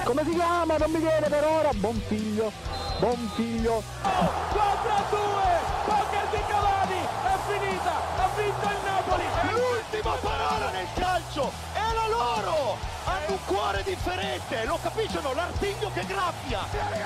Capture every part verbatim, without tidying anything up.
come si chiama? Non mi viene per ora. Bonfiglio, Bonfiglio. quattro a due, poker di Cavani, è finita, ha vinto il Napoli. L'ultima parola nel calcio è la loro. Hanno un cuore differente, lo capiscono, l'artiglio che graffia.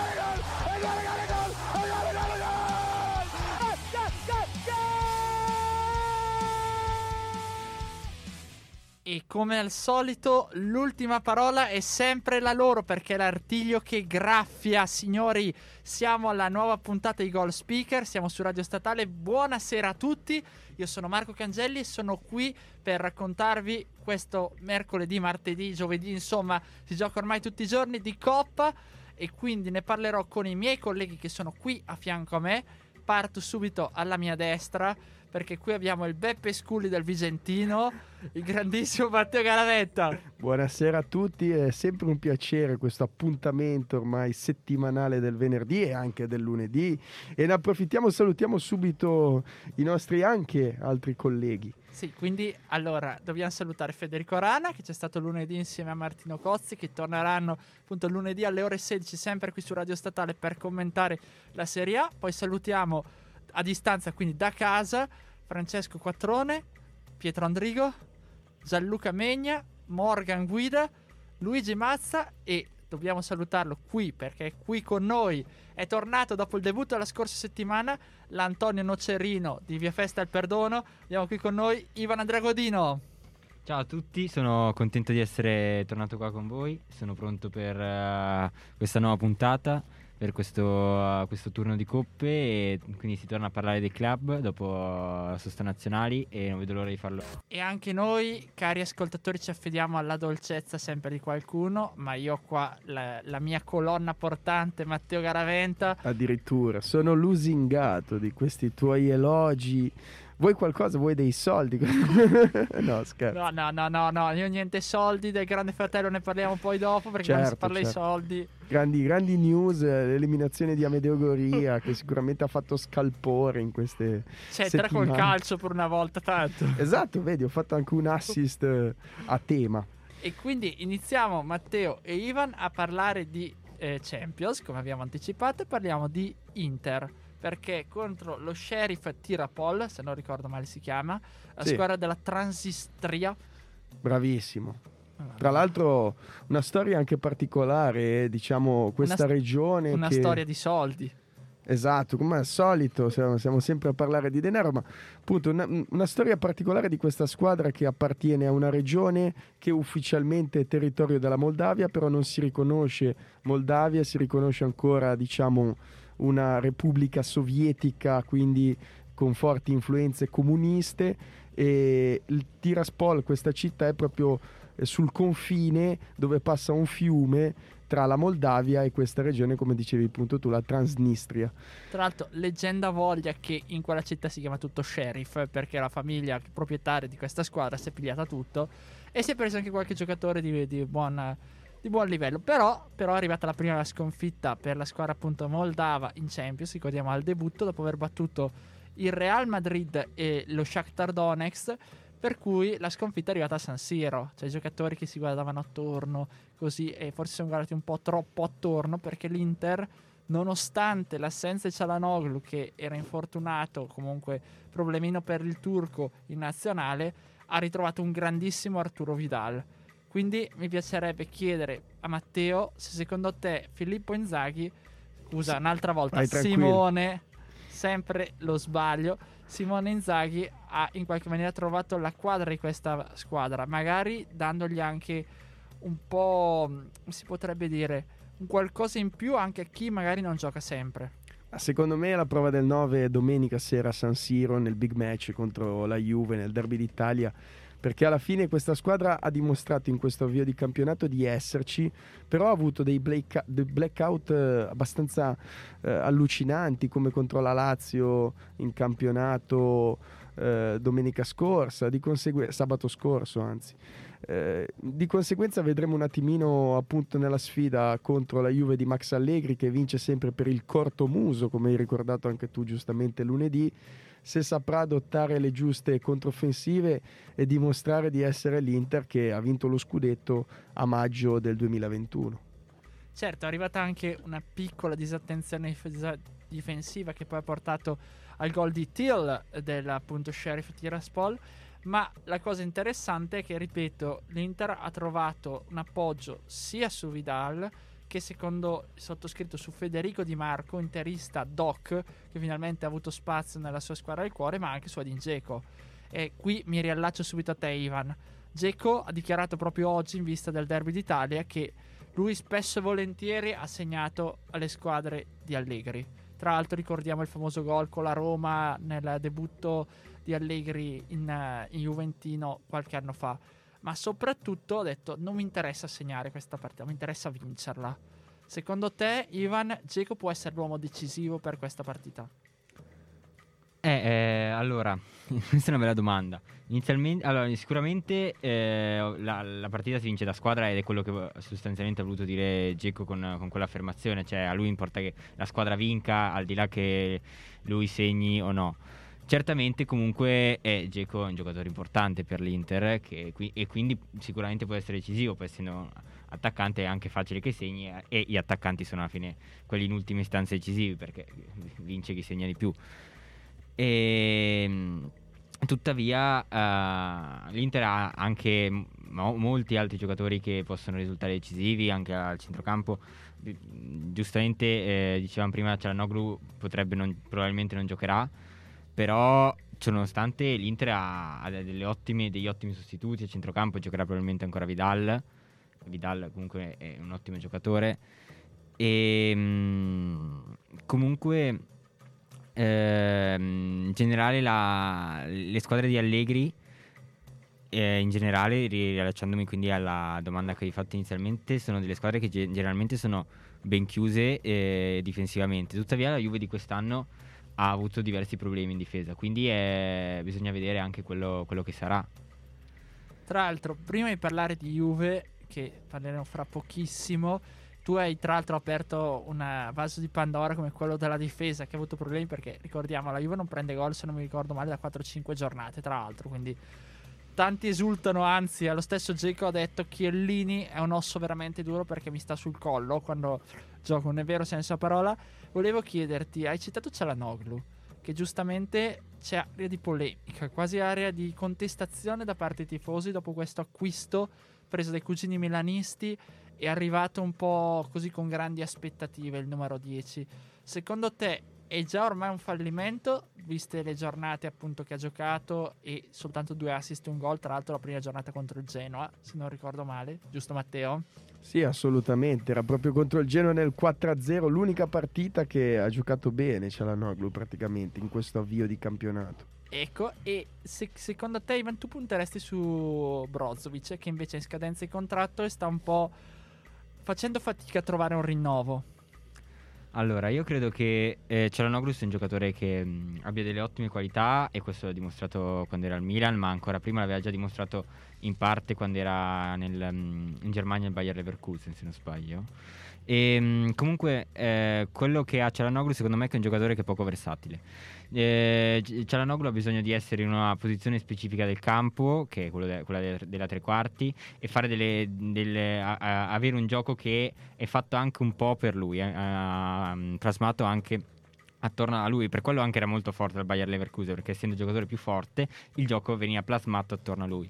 E come al solito l'ultima parola è sempre la loro, perché l'artiglio che graffia. Signori, siamo alla nuova puntata di Goal Speaker, siamo su Radio Statale. Buonasera a tutti, io sono Marco Cangelli e sono qui per raccontarvi questo mercoledì, martedì, giovedì, insomma si gioca ormai tutti i giorni di Coppa, e quindi ne parlerò con i miei colleghi che sono qui a fianco a me. Parto subito alla mia destra, perché qui abbiamo il Beppe Sculli del Vicentino, il grandissimo Matteo Garavetta. Buonasera a tutti, è sempre un piacere questo appuntamento ormai settimanale del venerdì e anche del lunedì, e ne approfittiamo, salutiamo subito i nostri anche altri colleghi. Sì, quindi allora dobbiamo salutare Federico Rana, che c'è stato lunedì insieme a Martino Cozzi, che torneranno appunto lunedì alle ore sedici sempre qui su Radio Statale per commentare la Serie A. Poi salutiamo a distanza, quindi da casa, Francesco Quattrone, Pietro Andrigo, Gianluca Megna, Morgan Guida, Luigi Mazza, e dobbiamo salutarlo qui perché è qui con noi, è tornato dopo il debutto della scorsa settimana, l'Antonio Nocerino di Via Festa al Perdono. Abbiamo qui con noi Ivan Andrea Godino. Ciao a tutti, sono contento di essere tornato qua con voi, sono pronto per uh, questa nuova puntata, per questo, uh, questo turno di coppe, e quindi si torna a parlare dei club dopo uh, la sosta nazionali, e non vedo l'ora di farlo. E anche noi, cari ascoltatori, ci affidiamo alla dolcezza sempre di qualcuno, ma io qua la, la mia colonna portante, Matteo Garaventa. Addirittura, sono lusingato di questi tuoi elogi. Vuoi qualcosa? Vuoi dei soldi? No, scherzo. No, no, no, no, no, io niente soldi, del Grande Fratello ne parliamo poi dopo, perché certo, quando si parla certo. di soldi... Grandi, grandi news, l'eliminazione di Amedeo Goria che sicuramente ha fatto scalpore in queste Cioè, settimane. tra col calcio per una volta, tanto. Esatto, vedi, ho fatto anche un assist eh, a tema. E quindi iniziamo, Matteo e Ivan, a parlare di eh, Champions, come abbiamo anticipato, e parliamo di Inter, perché contro lo Sheriff Tirapol, se non ricordo male si chiama, la Sì. squadra della Transistria. Bravissimo. Tra l'altro una storia anche particolare, eh, diciamo, questa Una- regione Una che... storia di soldi. Esatto, come al solito siamo, siamo sempre a parlare di denaro, ma appunto una, una storia particolare di questa squadra che appartiene a una regione che ufficialmente è territorio della Moldavia, però non si riconosce Moldavia, si riconosce ancora, diciamo, una repubblica sovietica, quindi con forti influenze comuniste, e il Tiraspol, questa città, è proprio eh, sul confine dove passa un fiume tra la Moldavia e questa regione, come dicevi appunto tu, la Transnistria. Tra l'altro, leggenda voglia che in quella città si chiama tutto Sheriff, perché la famiglia proprietaria di questa squadra si è pigliata tutto e si è preso anche qualche giocatore di, di, buon, di buon livello. Però, però è arrivata la prima sconfitta per la squadra appunto moldava in Champions, ricordiamo al debutto, dopo aver battuto il Real Madrid e lo Shakhtar Donetsk, per cui la sconfitta è arrivata a San Siro. Cioè i giocatori che si guardavano attorno così, e forse sono guardati un po' troppo attorno, perché l'Inter, nonostante l'assenza di Çalhanoğlu, che era infortunato, comunque problemino per il turco in nazionale, ha ritrovato un grandissimo Arturo Vidal. Quindi mi piacerebbe chiedere a Matteo se secondo te Filippo Inzaghi, scusa un'altra volta, Vai, tranquillo. Simone, sempre lo sbaglio, Simone Inzaghi ha in qualche maniera trovato la quadra di questa squadra, magari dandogli anche un po', si potrebbe dire, un qualcosa in più anche a chi magari non gioca sempre. Secondo me la prova del nove domenica sera a San Siro nel big match contro la Juve nel derby d'Italia, perché alla fine questa squadra ha dimostrato in questo avvio di campionato di esserci, però ha avuto dei, blackout, dei blackout eh, abbastanza eh, allucinanti, come contro la Lazio in campionato eh, domenica scorsa, di consegue- sabato scorso anzi. Eh, di conseguenza vedremo un attimino appunto nella sfida contro la Juve di Max Allegri, che vince sempre per il corto muso, come hai ricordato anche tu giustamente lunedì, se saprà adottare le giuste controffensive e dimostrare di essere l'Inter che ha vinto lo scudetto a maggio del duemilaventuno. Certo, è arrivata anche una piccola disattenzione dif- difensiva che poi ha portato al gol di Till del appunto Sheriff Tiraspol. Ma la cosa interessante è che, ripeto, l'Inter ha trovato un appoggio sia su Vidal che, secondo il sottoscritto, su Federico Di Marco, interista doc, che finalmente ha avuto spazio nella sua squadra del cuore, ma anche su Edin Dzeko. E qui mi riallaccio subito a te, Ivan. Dzeko ha dichiarato proprio oggi, in vista del derby d'Italia, che lui spesso e volentieri ha segnato alle squadre di Allegri. Tra l'altro ricordiamo il famoso gol con la Roma nel debutto di Allegri in, in Juventino qualche anno fa. Ma soprattutto ha detto: non mi interessa segnare questa partita, mi interessa vincerla. Secondo te, Ivan, Dzeko può essere l'uomo decisivo per questa partita? Eh, eh, allora, questa è una bella domanda. Inizialmente, allora, sicuramente eh, la, la partita si vince da squadra, ed è quello che sostanzialmente ha voluto dire Dzeko con, con quell'affermazione. Cioè, a lui importa che la squadra vinca, al di là che lui segni o no. Certamente comunque è Dzeko è un giocatore importante per l'Inter, che, e quindi sicuramente può essere decisivo, poi essendo attaccante è anche facile che segni, e gli attaccanti sono alla fine quelli in ultima istanza decisivi, perché vince chi segna di più. E tuttavia uh, l'Inter ha anche mo- molti altri giocatori che possono risultare decisivi anche al centrocampo. Giustamente eh, dicevamo prima, Çalhanoğlu potrebbe non, probabilmente non giocherà, però ciononostante l'Inter ha, ha delle ottime, degli ottimi sostituti a centrocampo. Giocherà probabilmente ancora Vidal. Vidal comunque è un ottimo giocatore, e mh, comunque eh, in generale la, le squadre di Allegri eh, in generale, riallacciandomi quindi alla domanda che hai fatto inizialmente, sono delle squadre che ge- generalmente sono ben chiuse eh, difensivamente. Tuttavia la Juve di quest'anno ha avuto diversi problemi in difesa, quindi è, bisogna vedere anche quello, quello che sarà. Tra l'altro, prima di parlare di Juve, che parleremo fra pochissimo, tu hai tra l'altro aperto un vaso di Pandora come quello della difesa, che ha avuto problemi, perché ricordiamo, la Juve non prende gol, se non mi ricordo male, da quattro cinque giornate, tra l'altro, quindi tanti esultano. Anzi, allo stesso Dzeko ha detto: Chiellini è un osso veramente duro perché mi sta sul collo quando gioco, nel vero senso della parola. Volevo chiederti, hai citato Çalhanoğlu, che giustamente c'è area di polemica, quasi area di contestazione da parte dei tifosi dopo questo acquisto preso dai cugini milanisti. È arrivato un po' così con grandi aspettative il numero dieci. Secondo te è già ormai un fallimento, viste le giornate appunto che ha giocato, e soltanto due assist e un gol, tra l'altro la prima giornata contro il Genoa, se non ricordo male, giusto Matteo? Sì, assolutamente, era proprio contro il Genoa nel quattro a zero, l'unica partita che ha giocato bene Çalhanoğlu praticamente in questo avvio di campionato. Ecco, e se, secondo te, Ivan, tu punteresti su Brozovic, che invece è in scadenza di contratto e sta un po' facendo fatica a trovare un rinnovo? Allora, io credo che eh, Çalhanoğlu sia un giocatore che mh, abbia delle ottime qualità, e questo l'ha dimostrato quando era al Milan, ma ancora prima l'aveva già dimostrato in parte quando era nel, mh, in Germania al Bayer Leverkusen, se non sbaglio. E mh, comunque eh, quello che ha Çalhanoğlu secondo me è che è un giocatore che è poco versatile. eh, Çalhanoğlu ha bisogno di essere in una posizione specifica del campo, che è quello de- quella de- della tre quarti, e fare delle, delle a- a- avere un gioco che è fatto anche un po' per lui, eh, ha plasmato anche attorno a lui. Per quello anche era molto forte al Bayer Leverkusen, perché essendo il giocatore più forte il gioco veniva plasmato attorno a lui.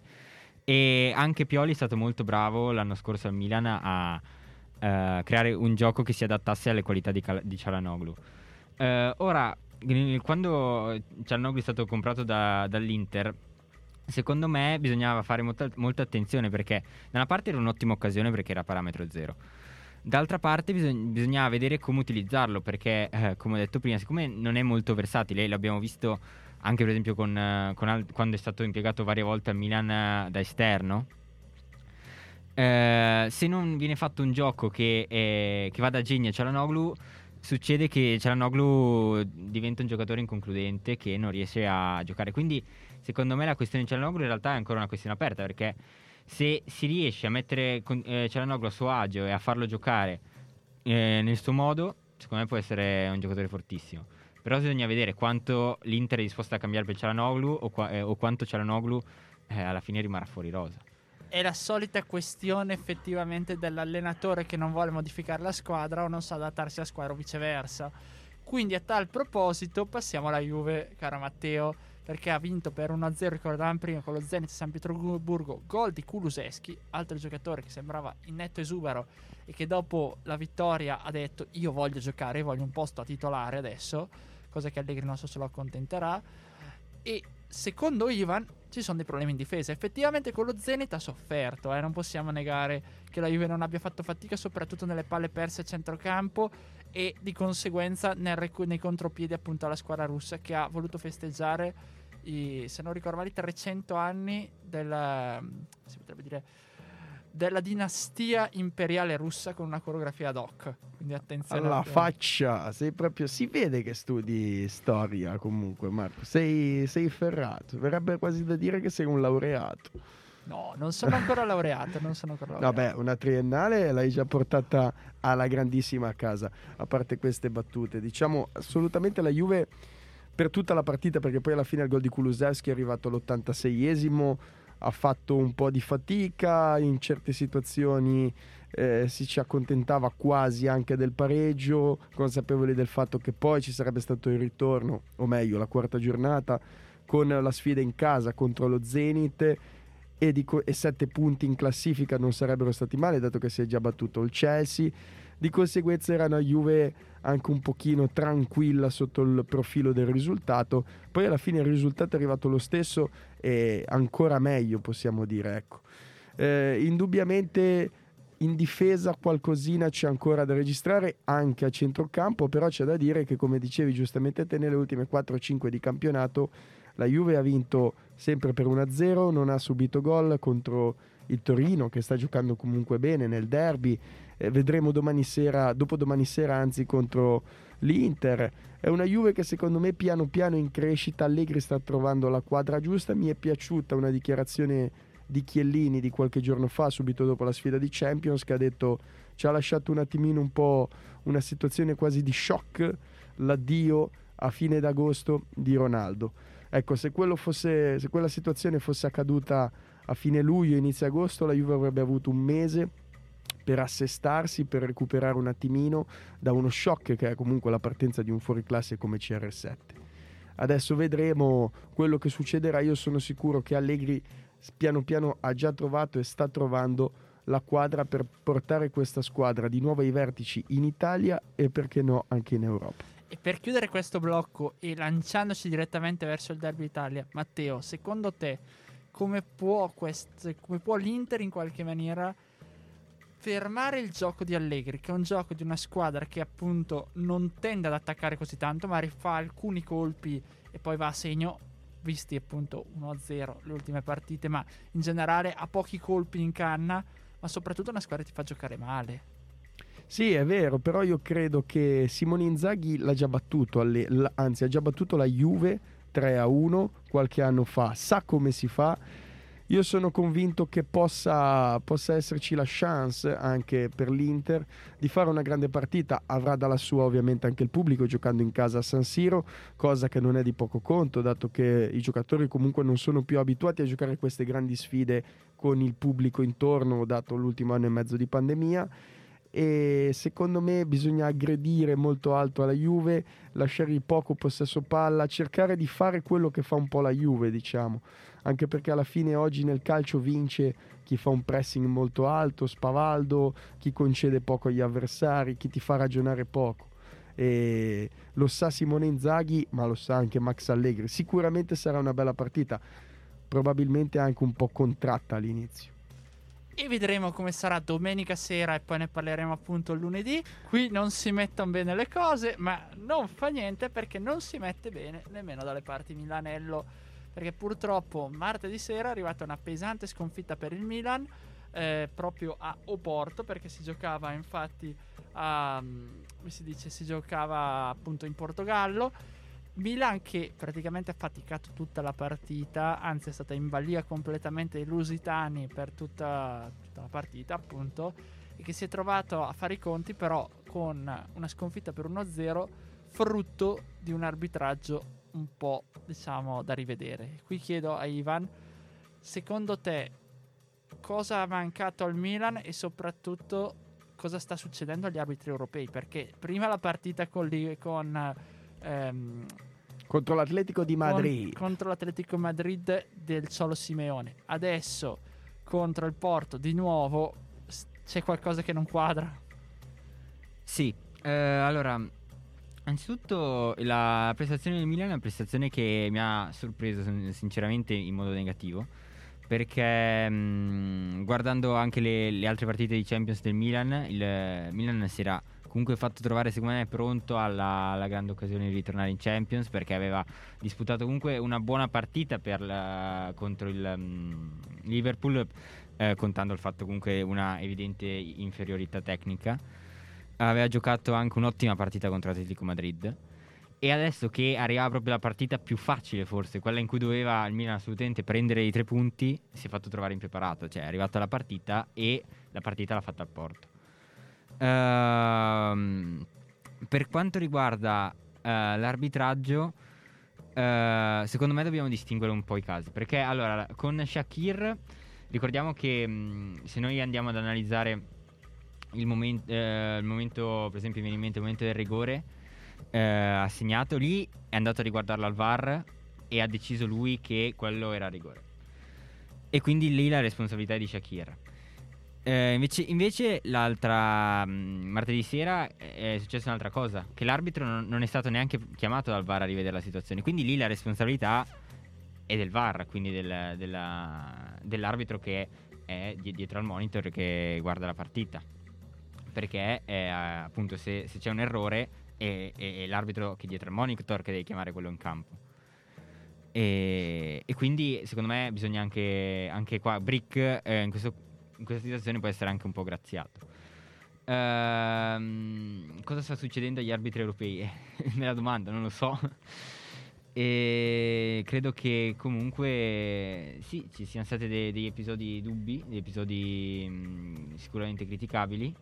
E anche Pioli è stato molto bravo l'anno scorso al Milan a Uh, creare un gioco che si adattasse alle qualità di, Cal- di Çalhanoğlu. Uh, ora, quando Çalhanoğlu è stato comprato da- dall'Inter, secondo me bisognava fare molta, molta attenzione, perché da una parte era un'ottima occasione perché era parametro zero, d'altra parte bisog- bisognava vedere come utilizzarlo, perché eh, come ho detto prima, siccome non è molto versatile, l'abbiamo visto anche per esempio con, uh, con al- quando è stato impiegato varie volte a Milan uh, da esterno. Uh, se non viene fatto un gioco che, è, che va da genio a Çalhanoğlu, succede che Çalhanoğlu diventa un giocatore inconcludente che non riesce a giocare. Quindi secondo me la questione di Çalhanoğlu in realtà è ancora una questione aperta, perché se si riesce a mettere con, eh, Çalhanoğlu a suo agio e a farlo giocare eh, nel suo modo, secondo me può essere un giocatore fortissimo. Però bisogna vedere quanto l'Inter è disposta a cambiare per Çalhanoğlu, o, qua, eh, o quanto Çalhanoğlu eh, alla fine rimarrà fuori rosa. è la solita questione effettivamente dell'allenatore che non vuole modificare la squadra o non sa adattarsi alla squadra o viceversa. Quindi a tal proposito passiamo alla Juve, caro Matteo, perché ha vinto per uno a zero, ricordavamo prima, con lo Zenit San Pietroburgo, gol di Kulusevski, altro giocatore che sembrava in netto esubero e che dopo la vittoria ha detto io voglio giocare, voglio un posto a titolare adesso, cosa che Allegri non so se lo accontenterà. E secondo Ivan ci sono dei problemi in difesa. Effettivamente con lo Zenit ha sofferto, eh? Non possiamo negare che la Juve non abbia fatto fatica, soprattutto nelle palle perse a centrocampo e di conseguenza nel recu- nei contropiedi appunto alla squadra russa, che ha voluto festeggiare i, se non ricordo male, i trecento anni della, si potrebbe dire, della dinastia imperiale russa con una coreografia ad hoc. Quindi attenzione alla anche- faccia, sei proprio, si vede che studi storia comunque, Marco, sei, sei ferrato, verrebbe quasi da dire che sei un laureato. No, non sono ancora laureato, non sono ancora laureato. Vabbè, una triennale l'hai già portata alla grandissima casa. A parte queste battute, diciamo assolutamente la Juve per tutta la partita, perché poi alla fine il gol di Kulusevski è arrivato all'ottantaseiesimo, ha fatto un po' di fatica in certe situazioni, eh, si ci accontentava quasi anche del pareggio, consapevoli del fatto che poi ci sarebbe stato il ritorno, o meglio la quarta giornata, con la sfida in casa contro lo Zenit, e, di co- e sette punti in classifica non sarebbero stati male, dato che si è già battuto il Chelsea. Di conseguenza era una Juve anche un pochino tranquilla sotto il profilo del risultato. Poi alla fine il risultato è arrivato lo stesso e ancora meglio, possiamo dire, ecco. Eh, indubbiamente in difesa qualcosina c'è ancora da registrare anche a centrocampo, però c'è da dire che, come dicevi giustamente te, nelle ultime quattro cinque di campionato la Juve ha vinto sempre per uno a zero, non ha subito gol contro il Torino, che sta giocando comunque bene nel derby. Eh, vedremo domani sera, dopo domani sera anzi, contro l'Inter. È una Juve che secondo me piano piano in crescita, Allegri sta trovando la quadra giusta. Mi è piaciuta una dichiarazione di Chiellini di qualche giorno fa, subito dopo la sfida di Champions, che ha detto, ci ha lasciato un attimino un po' una situazione quasi di shock, l'addio a fine d'agosto di Ronaldo. Ecco, se, quello fosse, se quella situazione fosse accaduta a fine luglio, inizio agosto, la Juve avrebbe avuto un mese per assestarsi, per recuperare un attimino da uno shock che è comunque la partenza di un fuoriclasse come C R sette. Adesso vedremo quello che succederà. Io sono sicuro che Allegri piano piano ha già trovato e sta trovando la quadra per portare questa squadra di nuovo ai vertici in Italia e perché no anche in Europa. E per chiudere questo blocco e lanciandoci direttamente verso il Derby Italia, Matteo, secondo te come può, quest- come può l'Inter in qualche maniera fermare il gioco di Allegri, che è un gioco di una squadra che appunto non tende ad attaccare così tanto, ma rifà alcuni colpi e poi va a segno, visti appunto uno a zero le ultime partite, ma in generale ha pochi colpi in canna, ma soprattutto una squadra che ti fa giocare male. Sì, è vero, però io credo che Simone Inzaghi l'ha già battuto, alle, l- anzi ha già battuto la Juve tre a uno qualche anno fa, sa come si fa. Io sono convinto che possa, possa esserci la chance anche per l'Inter di fare una grande partita. Avrà dalla sua ovviamente anche il pubblico giocando in casa a San Siro, cosa che non è di poco conto, dato che i giocatori comunque non sono più abituati a giocare queste grandi sfide con il pubblico intorno, dato l'ultimo anno e mezzo di pandemia. E secondo me bisogna aggredire molto alto alla Juve, lasciargli poco possesso palla, cercare di fare quello che fa un po' la Juve, diciamo, anche perché alla fine oggi nel calcio vince chi fa un pressing molto alto, spavaldo, chi concede poco agli avversari, chi ti fa ragionare poco. E lo sa Simone Inzaghi, ma lo sa anche Max Allegri. Sicuramente sarà una bella partita, probabilmente anche un po' contratta all'inizio. E vedremo come sarà domenica sera e poi ne parleremo appunto il lunedì. Qui non si mettono bene le cose, ma non fa niente perché non si mette bene nemmeno dalle parti Milanello, perché purtroppo martedì sera è arrivata una pesante sconfitta per il Milan, eh, proprio a Oporto, perché si giocava infatti a, come si dice, si giocava appunto in Portogallo. Milan che praticamente ha faticato tutta la partita, anzi è stata in balia completamente dei lusitani per tutta, tutta la partita appunto, e che si è trovato a fare i conti però con una sconfitta per uno a zero, frutto di un arbitraggio un po' diciamo da rivedere. Qui chiedo a Ivan, secondo te cosa ha mancato al Milan e soprattutto cosa sta succedendo agli arbitri europei, perché prima la partita con, li, con ehm, contro l'Atletico di Madrid, con, contro l'Atletico Madrid del Cholo Simeone, adesso contro il Porto di nuovo, c'è qualcosa che non quadra? Sì, eh, allora, innanzitutto la prestazione del Milan è una prestazione che mi ha sorpreso sinceramente in modo negativo, perché mh, guardando anche le, le altre partite di Champions del Milan, il Milan si era comunque fatto trovare secondo me pronto alla, alla grande occasione di ritornare in Champions, perché aveva disputato comunque una buona partita per la, contro il um, Liverpool, eh, contando il fatto comunque una evidente inferiorità tecnica. Aveva giocato anche un'ottima partita contro l'Atletico Madrid, e adesso che arrivava proprio la partita più facile, forse quella in cui doveva il Milan assolutamente prendere i tre punti, si è fatto trovare impreparato. Cioè è arrivata la partita e la partita l'ha fatta al Porto. Uh, per quanto riguarda uh, l'arbitraggio, uh, secondo me dobbiamo distinguere un po' i casi, perché allora con Shaqiri ricordiamo che mh, se noi andiamo ad analizzare il, moment- uh, il momento, per esempio mi viene in mente il momento del rigore uh, assegnato, lì è andato a riguardarlo al V A R e ha deciso lui che quello era rigore, e quindi lì la responsabilità è di Shaqiri. Eh, invece, invece l'altra mh, martedì sera è successa un'altra cosa, che l'arbitro non, non è stato neanche chiamato dal V A R a rivedere la situazione, quindi lì la responsabilità è del V A R, quindi del, della, dell'arbitro che è dietro al monitor che guarda la partita, perché è, appunto se, se c'è un errore è, è, è l'arbitro che è dietro al monitor che deve chiamare quello in campo. E, e quindi secondo me bisogna anche, anche qua Brick eh, in questo in questa situazione può essere anche un po' graziato. Ehm, cosa sta succedendo agli arbitri europei? Me la domanda, non lo so. E credo che comunque sì, ci siano stati dei, degli episodi dubbi, degli episodi mh, sicuramente criticabili,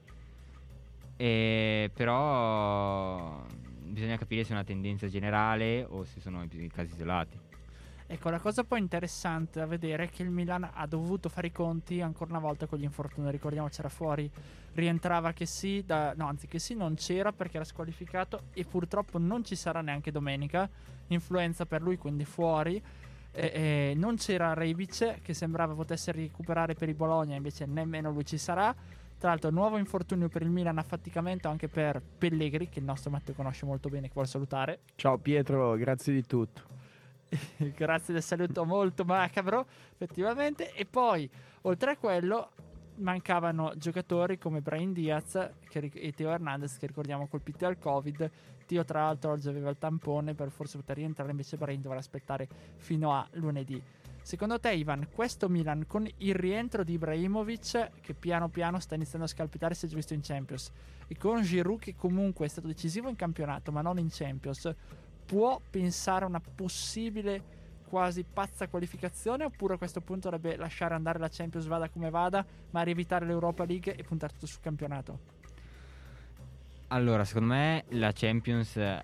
e però bisogna capire se è una tendenza generale o se sono casi isolati. Ecco, la cosa poi interessante da vedere è che il Milan ha dovuto fare i conti ancora una volta con gli infortuni. Ricordiamo, c'era fuori, rientrava che sì, da, no anzi che sì non c'era perché era squalificato, e purtroppo non ci sarà neanche domenica, influenza per lui, quindi fuori. E, e non c'era Rebic, che sembrava potesse recuperare per il Bologna, invece nemmeno lui ci sarà. Tra l'altro nuovo infortunio per il Milan, affaticamento anche per Pellegrini, che il nostro Matteo conosce molto bene, che vuol salutare. Ciao Pietro, grazie di tutto. Grazie del saluto molto macabro, effettivamente. E poi oltre a quello mancavano giocatori come Brahim Diaz che, e Teo Hernandez, che ricordiamo colpiti dal Covid. Teo tra l'altro oggi aveva il tampone per forse poter rientrare, invece Brahim dovrà aspettare fino a lunedì. Secondo te, Ivan, questo Milan con il rientro di Ibrahimovic, che piano piano sta iniziando a scalpitare, si è già visto in Champions, e con Giroud che comunque è stato decisivo in campionato ma non in Champions, può pensare a una possibile quasi pazza qualificazione, oppure a questo punto dovrebbe lasciare andare la Champions, vada come vada, ma rievitare l'Europa League e puntare tutto sul campionato? Allora, secondo me la Champions è,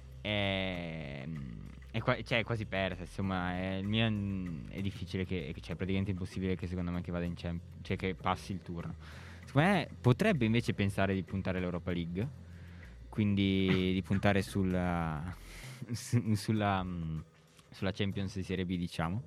è, qua, cioè, è quasi persa, insomma, è, il Milan è difficile che, cioè è praticamente impossibile che secondo me che vada in Champions, cioè che passi il turno. Secondo me potrebbe invece pensare di puntare l'Europa League, quindi di puntare sulla sulla, sulla Champions di Serie B, diciamo,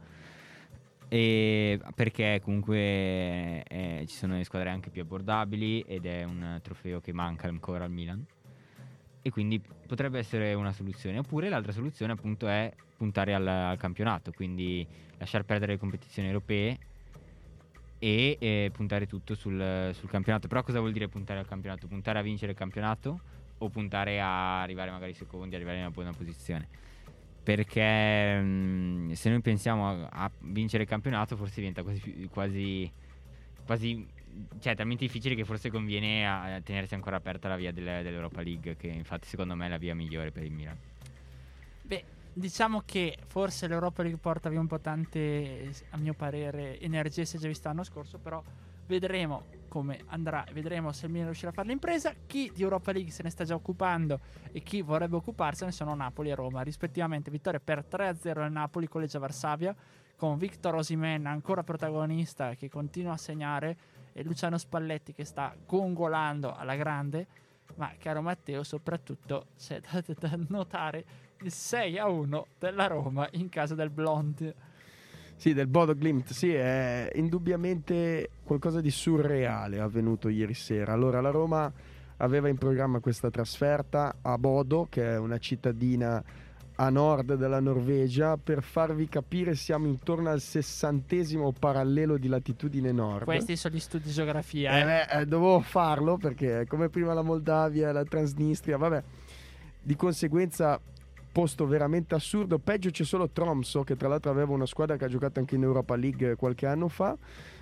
e perché comunque eh, ci sono le squadre anche più abbordabili ed è un trofeo che manca ancora al Milan, e quindi potrebbe essere una soluzione. Oppure l'altra soluzione appunto è puntare al, al campionato, quindi lasciar perdere le competizioni europee e eh, puntare tutto sul, sul campionato. Però cosa vuol dire puntare al campionato? Puntare a vincere il campionato o puntare a arrivare magari secondi, arrivare in una buona posizione? Perché mh, se noi pensiamo a, a vincere il campionato, forse diventa quasi, quasi, quasi cioè talmente difficile che forse conviene a, a tenersi ancora aperta la via del, dell'Europa League, che infatti secondo me è la via migliore per il Milan. Beh, diciamo che forse l'Europa League porta via un po' tante, a mio parere, energie, si è già visto l'anno scorso, però vedremo come andrà, vedremo se il Milan riuscirà a fare l'impresa. Chi di Europa League se ne sta già occupando e chi vorrebbe occuparsene sono Napoli e Roma, rispettivamente vittoria per tre a zero al Napoli con Legia Varsavia, con Victor Osimhen ancora protagonista che continua a segnare e Luciano Spalletti che sta gongolando alla grande. Ma caro Matteo, soprattutto c'è da, da notare il sei a uno della Roma in casa del Blond. Sì, del Bodo Glimt, sì, è indubbiamente qualcosa di surreale avvenuto ieri sera. Allora, la Roma aveva in programma questa trasferta a Bodo, che è una cittadina a nord della Norvegia. Per farvi capire, siamo intorno al sessantesimo parallelo di latitudine nord. Questi sono gli studi di geografia, eh. eh. Beh, eh, dovevo farlo perché come prima la Moldavia, la Transnistria, vabbè, di conseguenza posto veramente assurdo. Peggio c'è solo Tromsø, che tra l'altro aveva una squadra che ha giocato anche in Europa League qualche anno fa,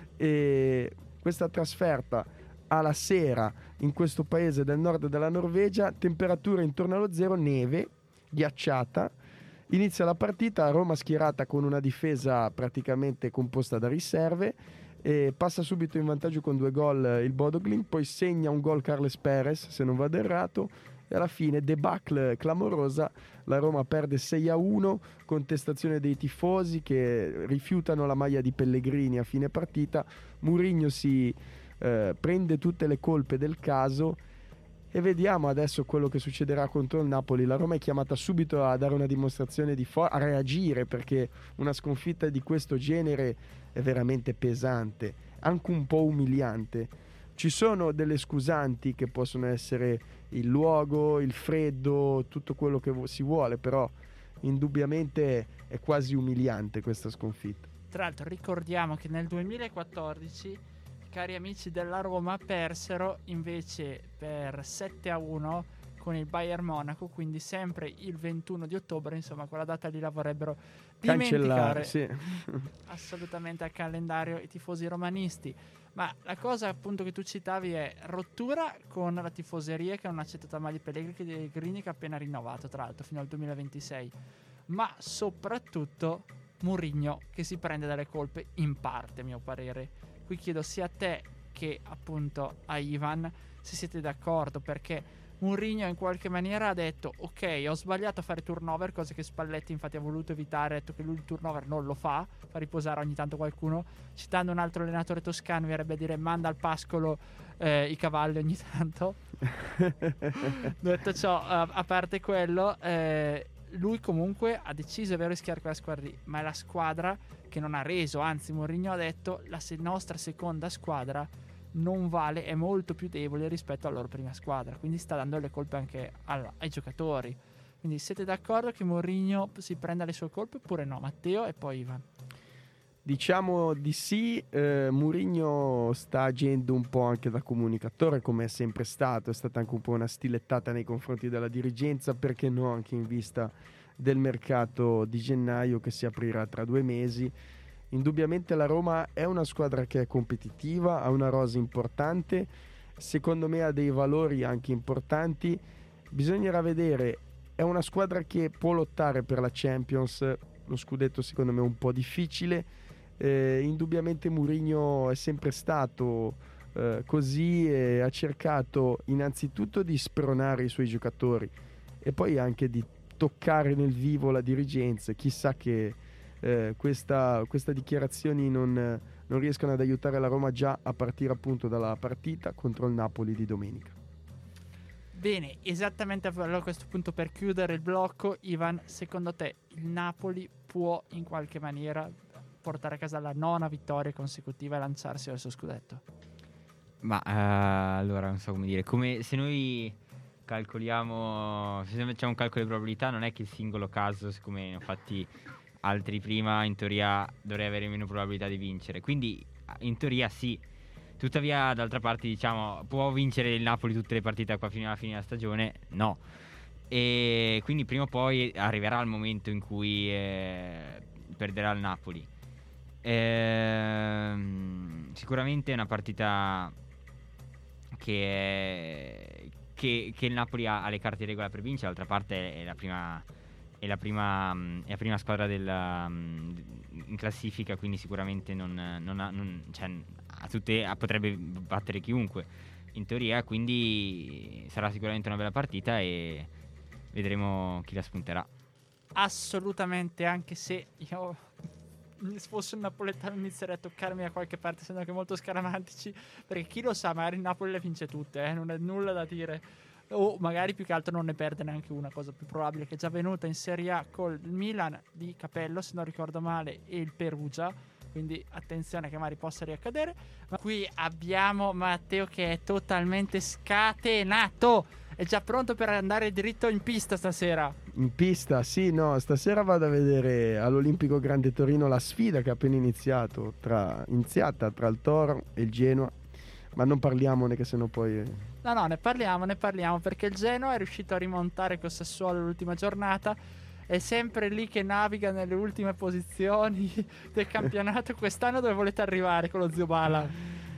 e questa trasferta alla sera in questo paese del nord della Norvegia, temperature intorno allo zero, neve, ghiacciata. Inizia la partita, Roma schierata con una difesa praticamente composta da riserve, e passa subito in vantaggio con due gol il Bodo Glimt, poi segna un gol Carles Perez, se non vado errato, e alla fine debacle clamorosa, la Roma perde sei a uno, contestazione dei tifosi che rifiutano la maglia di Pellegrini a fine partita. Mourinho si eh, prende tutte le colpe del caso e vediamo adesso quello che succederà contro il Napoli. La Roma è chiamata subito a dare una dimostrazione di forza, a reagire, perché una sconfitta di questo genere è veramente pesante, anche un po' umiliante. Ci sono delle scusanti che possono essere il luogo, il freddo, tutto quello che si vuole, però indubbiamente è quasi umiliante questa sconfitta. Tra l'altro ricordiamo che nel duemilaquattordici i cari amici della Roma persero invece per sette a uno con il Bayern Monaco, quindi sempre il ventuno di ottobre, insomma quella data lì la vorrebbero dimenticare. Cancellare, sì. Assolutamente al calendario i tifosi romanisti. Ma la cosa appunto che tu citavi è rottura con la tifoseria che non ha accettato mai di Pellegrini, che ha appena rinnovato tra l'altro fino al duemilaventisei, ma soprattutto Mourinho che si prende dalle colpe in parte, a mio parere. Qui chiedo sia a te che appunto a Ivan se siete d'accordo, perché Mourinho in qualche maniera ha detto ok, ho sbagliato a fare turnover, cosa che Spalletti infatti ha voluto evitare, ha detto che lui il turnover non lo fa, fa riposare ogni tanto qualcuno. Citando un altro allenatore toscano verrebbe a dire manda al pascolo eh, i cavalli ogni tanto. Detto ciò, a, a parte quello, eh, lui comunque ha deciso, è vero, rischiare quella squadra lì, ma è la squadra che non ha reso, anzi Mourinho ha detto la se- nostra seconda squadra non vale, è molto più debole rispetto alla loro prima squadra, quindi sta dando le colpe anche alla, ai giocatori. Quindi siete d'accordo che Mourinho si prenda le sue colpe oppure no? Matteo e poi Ivan. Diciamo di sì. eh, Mourinho sta agendo un po' anche da comunicatore, come è sempre stato. È stata anche un po' una stilettata nei confronti della dirigenza, perché no, anche in vista del mercato di gennaio che si aprirà tra due mesi. Indubbiamente la Roma è una squadra che è competitiva, ha una rosa importante, secondo me ha dei valori anche importanti. Bisognerà vedere, è una squadra che può lottare per la Champions, lo scudetto secondo me è un po' difficile. Eh, indubbiamente Mourinho è sempre stato eh, così e ha cercato innanzitutto di spronare i suoi giocatori e poi anche di toccare nel vivo la dirigenza. Chissà che Eh, questa, queste dichiarazioni non, non riescono ad aiutare la Roma già a partire appunto dalla partita contro il Napoli di domenica. Bene, esattamente allora a questo punto, per chiudere il blocco, Ivan, secondo te il Napoli può in qualche maniera portare a casa la nona vittoria consecutiva e lanciarsi verso scudetto? Ma eh, allora non so come dire, come se noi calcoliamo, se facciamo un calcolo di probabilità, non è che il singolo caso, siccome ne ho fatti altri prima, in teoria dovrei avere meno probabilità di vincere, quindi in teoria sì. Tuttavia d'altra parte diciamo, può vincere il Napoli tutte le partite qua fino alla fine della stagione? No. E quindi prima o poi arriverà il momento in cui eh, perderà il Napoli. Ehm, sicuramente è una partita che, è, che, che il Napoli ha, ha le carte in regola per vincere. D'altra parte è la prima È la prima, è la prima squadra del, in classifica, quindi sicuramente non, non ha, non, cioè, a tutte, a, potrebbe battere chiunque in teoria, quindi sarà sicuramente una bella partita e vedremo chi la spunterà. Assolutamente, anche se io se fosse un napoletano inizierei a toccarmi da qualche parte, essendo anche molto scaramantici, perché chi lo sa, magari il Napoli le vince tutte, eh, non è nulla da dire, o magari più che altro non ne perde neanche una, cosa più probabile, che è già venuta in Serie A col Milan di Capello, se non ricordo male, e il Perugia, quindi attenzione che magari possa riaccadere. Ma qui abbiamo Matteo che è totalmente scatenato, è già pronto per andare dritto in pista stasera. In pista, sì, no, stasera vado a vedere all'Olimpico Grande Torino la sfida che è appena iniziato tra, iniziata tra il Toro e il Genoa, ma non parliamone che sennò poi... No, no, ne parliamo, ne parliamo, perché il Genoa è riuscito a rimontare col Sassuolo l'ultima giornata, è sempre lì che naviga nelle ultime posizioni del campionato. Quest'anno dove volete arrivare con lo zio Bala?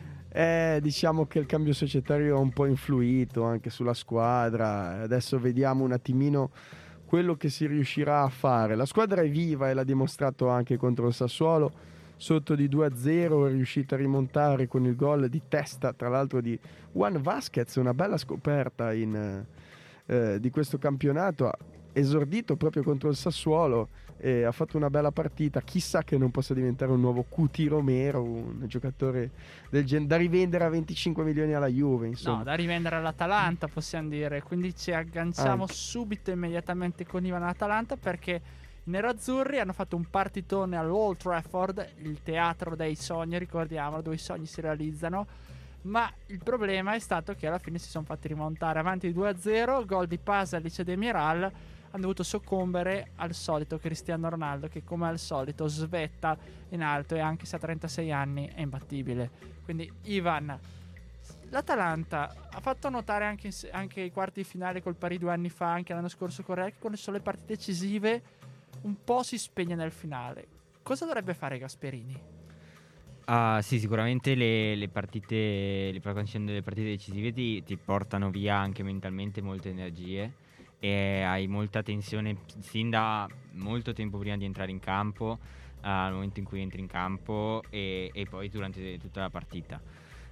Eh, diciamo che il cambio societario ha un po' influito anche sulla squadra, adesso vediamo un attimino quello che si riuscirà a fare. La squadra è viva e l'ha dimostrato anche contro il Sassuolo, sotto di due a zero è riuscita a rimontare con il gol di testa, tra l'altro di Juan Vasquez, una bella scoperta in, eh, di questo campionato, ha esordito proprio contro il Sassuolo e ha fatto una bella partita. Chissà che non possa diventare un nuovo Cuti Romero, un giocatore del gen- da rivendere a venticinque milioni alla Juve, insomma. No, da rivendere all'Atalanta possiamo dire, quindi ci agganciamo Anche. subito immediatamente con Ivan all'Atalanta, perché i nerazzurri hanno fatto un partitone all'Old Trafford, il teatro dei sogni, ricordiamolo, dove i sogni si realizzano. Ma il problema è stato che alla fine si sono fatti rimontare avanti due a zero, gol di Pasalic e Demiral, hanno dovuto soccombere al solito Cristiano Ronaldo, che come al solito svetta in alto e anche se ha trentasei anni è imbattibile. Quindi Ivan, l'Atalanta ha fatto notare anche, anche i quarti di finale col Paris due anni fa, anche l'anno scorso con Real, che quando sono le partite decisive un po' si spegne nel finale. Cosa dovrebbe fare Gasperini? Ah, sì, sicuramente le, le partite, le, quando ci sono delle partite decisive ti, ti portano via anche mentalmente molte energie e hai molta tensione sin da molto tempo prima di entrare in campo, al momento in cui entri in campo e, e poi durante tutta la partita.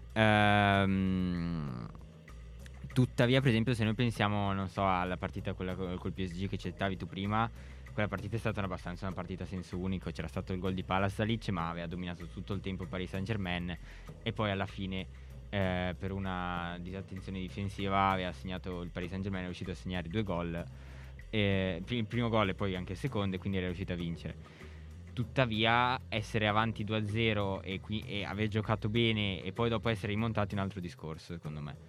Ehm, tuttavia, per esempio, se noi pensiamo, non so, alla partita quella col, col P S G che citavi tu prima, quella partita è stata abbastanza una partita a senso unico. C'era stato il gol di Pasalic, ma aveva dominato tutto il tempo Paris Saint-Germain e poi alla fine eh, per una disattenzione difensiva aveva segnato il Paris Saint-Germain, è riuscito a segnare due gol, eh, il primo gol e poi anche il secondo, e quindi era riuscito a vincere. Tuttavia essere avanti due a zero e, qui, e aver giocato bene e poi dopo essere rimontati è un altro discorso, secondo me.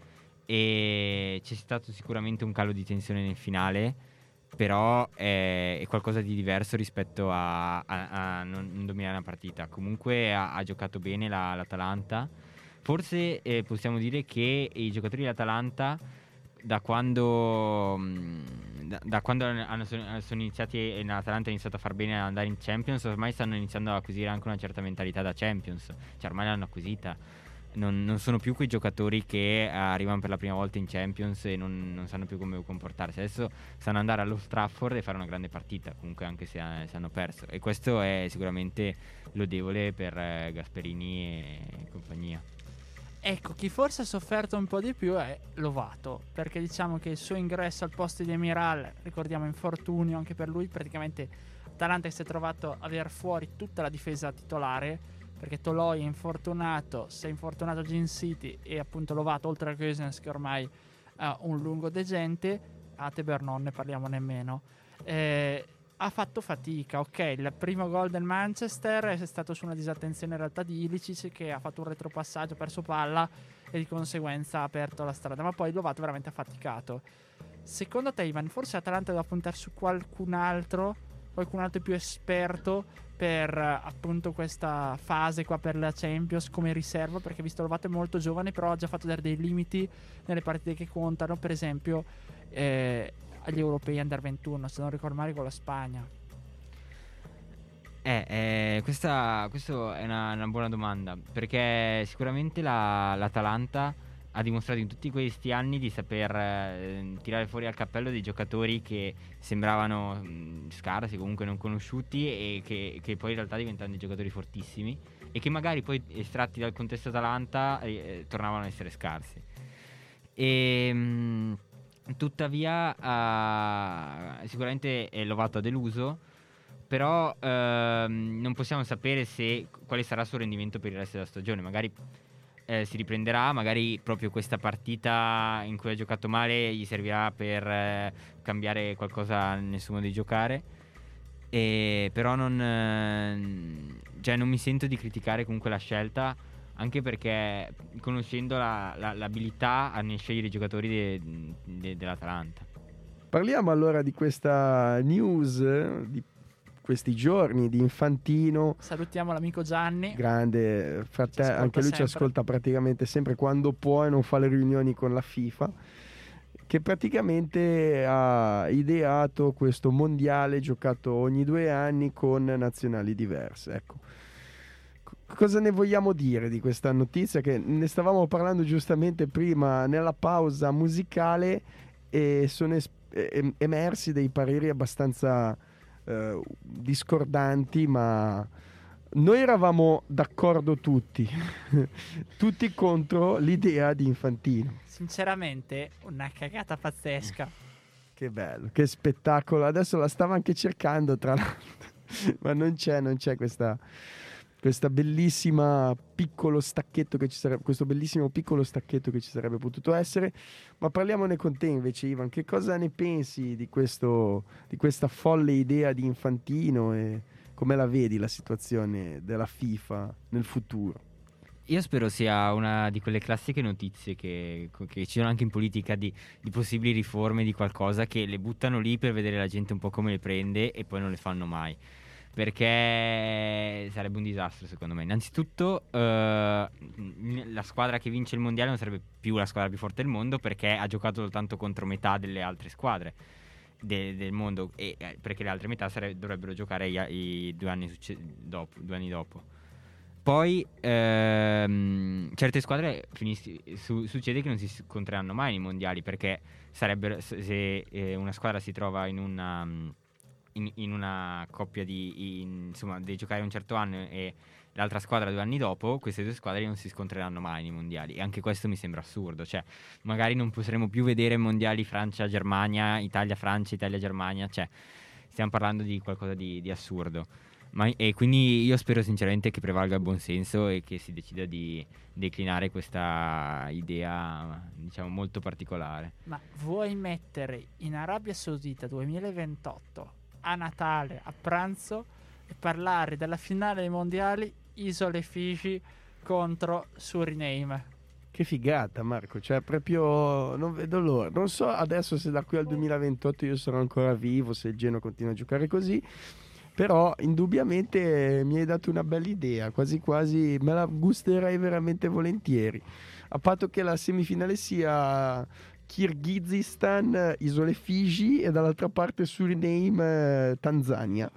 E c'è stato sicuramente un calo di tensione nel finale, però è, è qualcosa di diverso rispetto a, a, a non dominare una partita. Comunque ha, ha giocato bene la, l'Atalanta. Forse eh, possiamo dire che i giocatori dell'Atalanta da quando da, da quando hanno, sono iniziati e l'Atalanta ha iniziato a far bene ad andare in Champions, ormai stanno iniziando ad acquisire anche una certa mentalità da Champions, cioè ormai l'hanno acquisita. Non, non sono più quei giocatori che arrivano per la prima volta in Champions e non, non sanno più come comportarsi. Adesso sanno andare allo Trafford e fare una grande partita, comunque anche se, se hanno perso, e questo è sicuramente lodevole per eh, Gasperini e compagnia. Ecco, chi forse ha sofferto un po' di più è Lovato, perché diciamo che il suo ingresso al posto di Demiral, ricordiamo infortunio anche per lui, praticamente Atalanta si è trovato a aver fuori tutta la difesa titolare, perché Toloi è infortunato, si è infortunato Gin City e appunto Lovato, oltre a Gosens che ormai ha un lungo degente, Atebor non ne parliamo nemmeno, eh, ha fatto fatica. Ok, il primo gol del Manchester è stato su una disattenzione in realtà di Ilicic, che ha fatto un retropassaggio, ha perso palla e di conseguenza ha aperto la strada, ma poi Lovato veramente ha faticato. Secondo te, Ivan, forse Atalanta deve puntare su qualcun altro, qualcun altro più esperto per appunto questa fase qua per la Champions come riserva, perché visto Lovato è molto giovane, però ha già fatto dare dei limiti nelle partite che contano, per esempio eh, agli europei under ventuno, se non ricordo male, con la Spagna. Eh, eh questa questo è una, una buona domanda, perché sicuramente la, l'Atalanta ha dimostrato in tutti questi anni di saper eh, tirare fuori al cappello dei giocatori che sembravano mh, scarsi, comunque non conosciuti, e che, che poi in realtà diventano dei giocatori fortissimi e che magari poi estratti dal contesto Atalanta eh, tornavano a essere scarsi. E mh, tuttavia uh, sicuramente è Lovato ha deluso. però ehm, non possiamo sapere se quale sarà il suo rendimento per il resto della stagione. Magari eh, si riprenderà, magari proprio questa partita in cui ha giocato male gli servirà per eh, cambiare qualcosa nel suo modo di giocare. E però non, eh, cioè non mi sento di criticare comunque la scelta, anche perché conoscendo la, la, l'abilità a ne scegliere i giocatori de, de, dell'Atalanta. Parliamo allora di questa news di questi giorni di Infantino. Salutiamo l'amico Gianni. Grande fratello, Ci anche lui ascolta ci sempre. ascolta praticamente sempre quando può e non fa le riunioni con la FIFA, che praticamente ha ideato questo mondiale giocato ogni due anni con nazionali diverse. Ecco, C- cosa ne vogliamo dire di questa notizia? Che ne stavamo parlando giustamente prima nella pausa musicale e sono es- em- emersi dei pareri abbastanza eh, discordanti, ma noi eravamo d'accordo tutti, tutti contro l'idea di Infantino. Sinceramente, una cagata pazzesca. Che bello, che spettacolo. Adesso la stavo anche cercando, tra l'altro, ma non c'è, non c'è questa, questa bellissima piccolo stacchetto che ci sarebbe, questo bellissimo piccolo stacchetto che ci sarebbe potuto essere. Ma parliamone con te invece, Ivan. Che cosa ne pensi di questo, di questa folle idea di Infantino e come la vedi la situazione della FIFA nel futuro? Io spero sia una di quelle classiche notizie che, che ci sono anche in politica di, di possibili riforme di qualcosa che le buttano lì per vedere la gente un po' come le prende e poi non le fanno mai, perché sarebbe un disastro secondo me. Innanzitutto eh, la squadra che vince il mondiale non sarebbe più la squadra più forte del mondo, perché ha giocato soltanto contro metà delle altre squadre de, del mondo, e eh, perché le altre metà sare- dovrebbero giocare i, i due anni succe- dopo, due anni dopo. Poi ehm, certe squadre finissi, su, succede che non si scontreranno mai nei mondiali, perché sarebbero, se se, eh, una squadra si trova in una, in, in una coppia di in, insomma deve giocare un certo anno e l'altra squadra due anni dopo, queste due squadre non si scontreranno mai nei mondiali, e anche questo mi sembra assurdo. Cioè magari non potremo più vedere mondiali Francia-Germania, Italia-Francia, Italia-Germania, cioè stiamo parlando di qualcosa di, di assurdo. Ma, e quindi io spero sinceramente che prevalga il buonsenso e che si decida di declinare questa idea, diciamo, molto particolare. Ma vuoi mettere in Arabia Saudita duemilaventotto a Natale, a pranzo, e parlare della finale dei mondiali Isole Figi contro Suriname? Che figata, Marco, cioè proprio non vedo l'ora. Non so adesso se da qui al duemilaventotto io sarò ancora vivo, se il Genoa continua a giocare così, però indubbiamente mi hai dato una bella idea, quasi quasi me la gusterei veramente volentieri, a patto che la semifinale sia Kirghizistan, Isole Figi e dall'altra parte Suriname, Tanzania.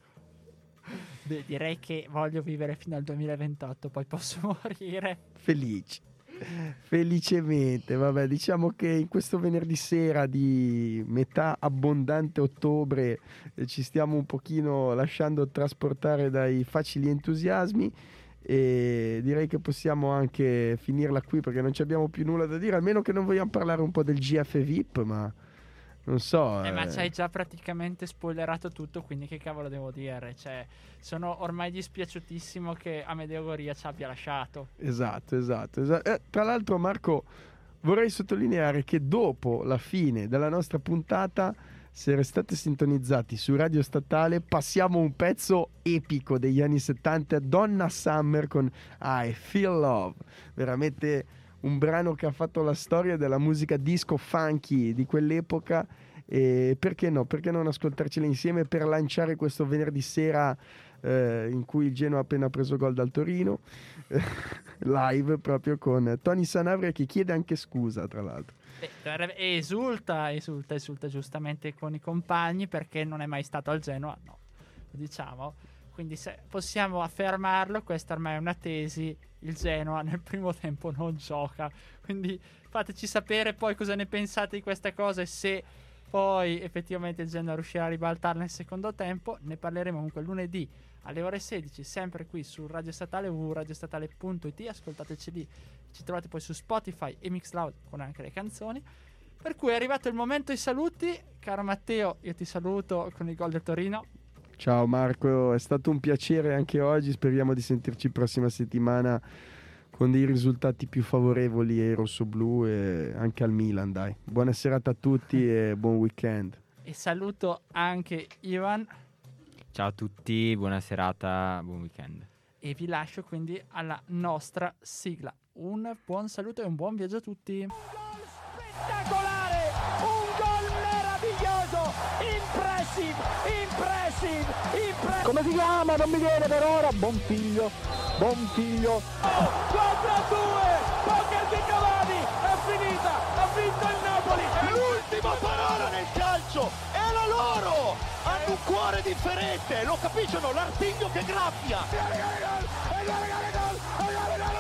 Beh, direi che voglio vivere fino al duemilaventotto, poi posso morire. Felice. Felicemente, vabbè, diciamo che in questo venerdì sera di metà abbondante ottobre eh, ci stiamo un pochino lasciando trasportare dai facili entusiasmi e direi che possiamo anche finirla qui, perché non ci abbiamo più nulla da dire, almeno che non vogliamo parlare un po' del G F V I P, ma non so. Eh, ma eh. ci hai già praticamente spoilerato tutto, quindi che cavolo devo dire? Cioè, sono ormai dispiaciutissimo che Amedeo Goria ci abbia lasciato. Esatto, esatto, esatto. Eh, tra l'altro, Marco, vorrei sottolineare che dopo la fine della nostra puntata, se restate sintonizzati su Radio Statale, passiamo un pezzo epico degli anni settanta, Donna Summer con I Feel Love, veramente un brano che ha fatto la storia della musica disco funky di quell'epoca. E perché no? Perché non ascoltarcela insieme per lanciare questo venerdì sera eh, in cui il Genoa ha appena preso gol dal Torino, live proprio con Tony Sanabria, che chiede anche scusa, tra l'altro. Beh, esulta, esulta, esulta giustamente con i compagni, perché non è mai stato al Genoa, no, lo diciamo. Quindi se possiamo affermarlo, questa ormai è una tesi, il Genoa nel primo tempo non gioca. Quindi fateci sapere poi cosa ne pensate di questa cosa e se poi effettivamente il Genoa riuscirà a ribaltarla nel secondo tempo. Ne parleremo comunque lunedì alle ore sedici, sempre qui su Radio Statale, w w w punto radiostatale punto i t. Ascoltateci lì, ci trovate poi su Spotify e Mixcloud con anche le canzoni. Per cui è arrivato il momento dei saluti. Caro Matteo, io ti saluto con il gol del Torino. Ciao Marco, è stato un piacere anche oggi, speriamo di sentirci prossima settimana con dei risultati più favorevoli ai rossoblù e anche al Milan, dai. Buona serata a tutti e buon weekend. E saluto anche Ivan. Ciao a tutti, buona serata, buon weekend. E vi lascio quindi alla nostra sigla. Un buon saluto e un buon viaggio a tutti. Spettacolare, un gol meraviglioso, impressive, impressive, impressive. Come si chiama? Non mi viene per ora. Buon figlio, buon figlio. quattro a due, poker di Cavani, è finita, ha vinto il Napoli. È l'ultima parola nel calcio, è la loro! Hanno un cuore differente, lo capiscono? L'artiglio che graffia!